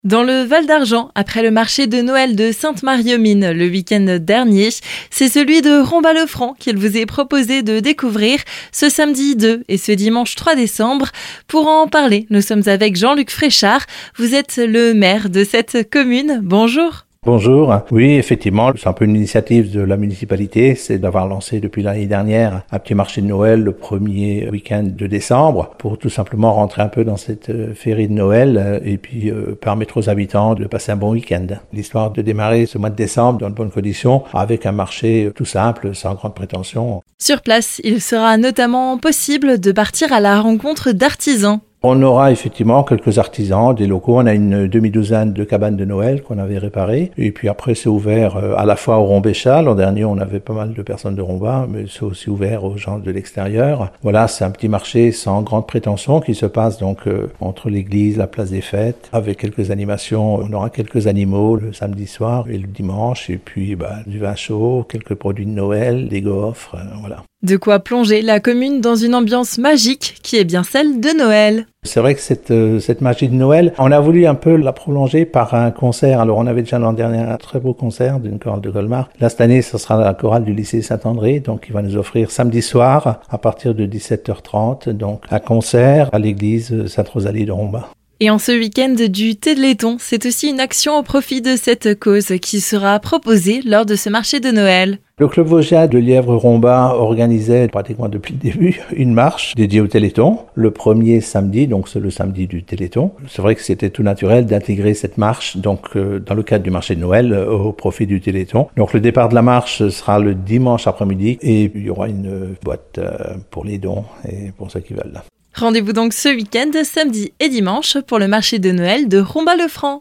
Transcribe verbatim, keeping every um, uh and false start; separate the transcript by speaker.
Speaker 1: Dans le Val d'Argent, après le marché de Noël de Sainte-Marie-aux-Mines le week-end dernier, c'est celui de Romba-le-Franc qu'il vous est proposé de découvrir ce samedi deux et ce dimanche trois décembre. Pour en parler, nous sommes avec Jean-Luc Fréchard. Vous êtes le maire de cette commune. Bonjour.
Speaker 2: Bonjour. Oui, effectivement, c'est un peu une initiative de la municipalité, c'est d'avoir lancé depuis l'année dernière un petit marché de Noël le premier week-end de décembre pour tout simplement rentrer un peu dans cette féerie de Noël et puis euh, permettre aux habitants de passer un bon week-end. L'histoire de démarrer ce mois de décembre dans de bonnes conditions avec un marché tout simple, sans grande prétention.
Speaker 1: Sur place, il sera notamment possible de partir à la rencontre d'artisans.
Speaker 2: On aura effectivement quelques artisans, des locaux. On a une demi-douzaine de cabanes de Noël qu'on avait réparées. Et puis après, c'est ouvert à la fois au Rombéchat. L'an dernier, on avait pas mal de personnes de Romba, mais c'est aussi ouvert aux gens de l'extérieur. Voilà, c'est un petit marché sans grande prétention qui se passe donc euh, entre l'église, la place des fêtes, avec quelques animations. On aura quelques animaux le samedi soir et le dimanche. Et puis bah, du vin chaud, quelques produits de Noël, des gaufres, euh, voilà.
Speaker 1: De quoi plonger la commune dans une ambiance magique qui est bien celle de Noël.
Speaker 2: C'est vrai que cette, euh, cette magie de Noël, on a voulu un peu la prolonger par un concert. Alors on avait déjà l'an dernier un très beau concert d'une chorale de Colmar. Là cette année, ce sera la chorale du lycée Saint-André, donc il va nous offrir samedi soir à partir de dix-sept heures trente, donc un concert à l'église Sainte-Rosalie de Romba.
Speaker 1: Et en ce week-end du Téléthon, c'est aussi une action au profit de cette cause qui sera proposée lors de ce marché de Noël.
Speaker 2: Le club vosgien de Lièvre-Romba organisait pratiquement depuis le début une marche dédiée au Téléthon. Le premier samedi, donc c'est le samedi du Téléthon. C'est vrai que c'était tout naturel d'intégrer cette marche donc euh, dans le cadre du marché de Noël euh, au profit du Téléthon. Donc le départ de la marche sera le dimanche après-midi et il y aura une euh, boîte euh, pour les dons et pour ceux qui veulent.
Speaker 1: Rendez-vous donc ce week-end, samedi et dimanche, pour le marché de Noël de Romba-le-Franc.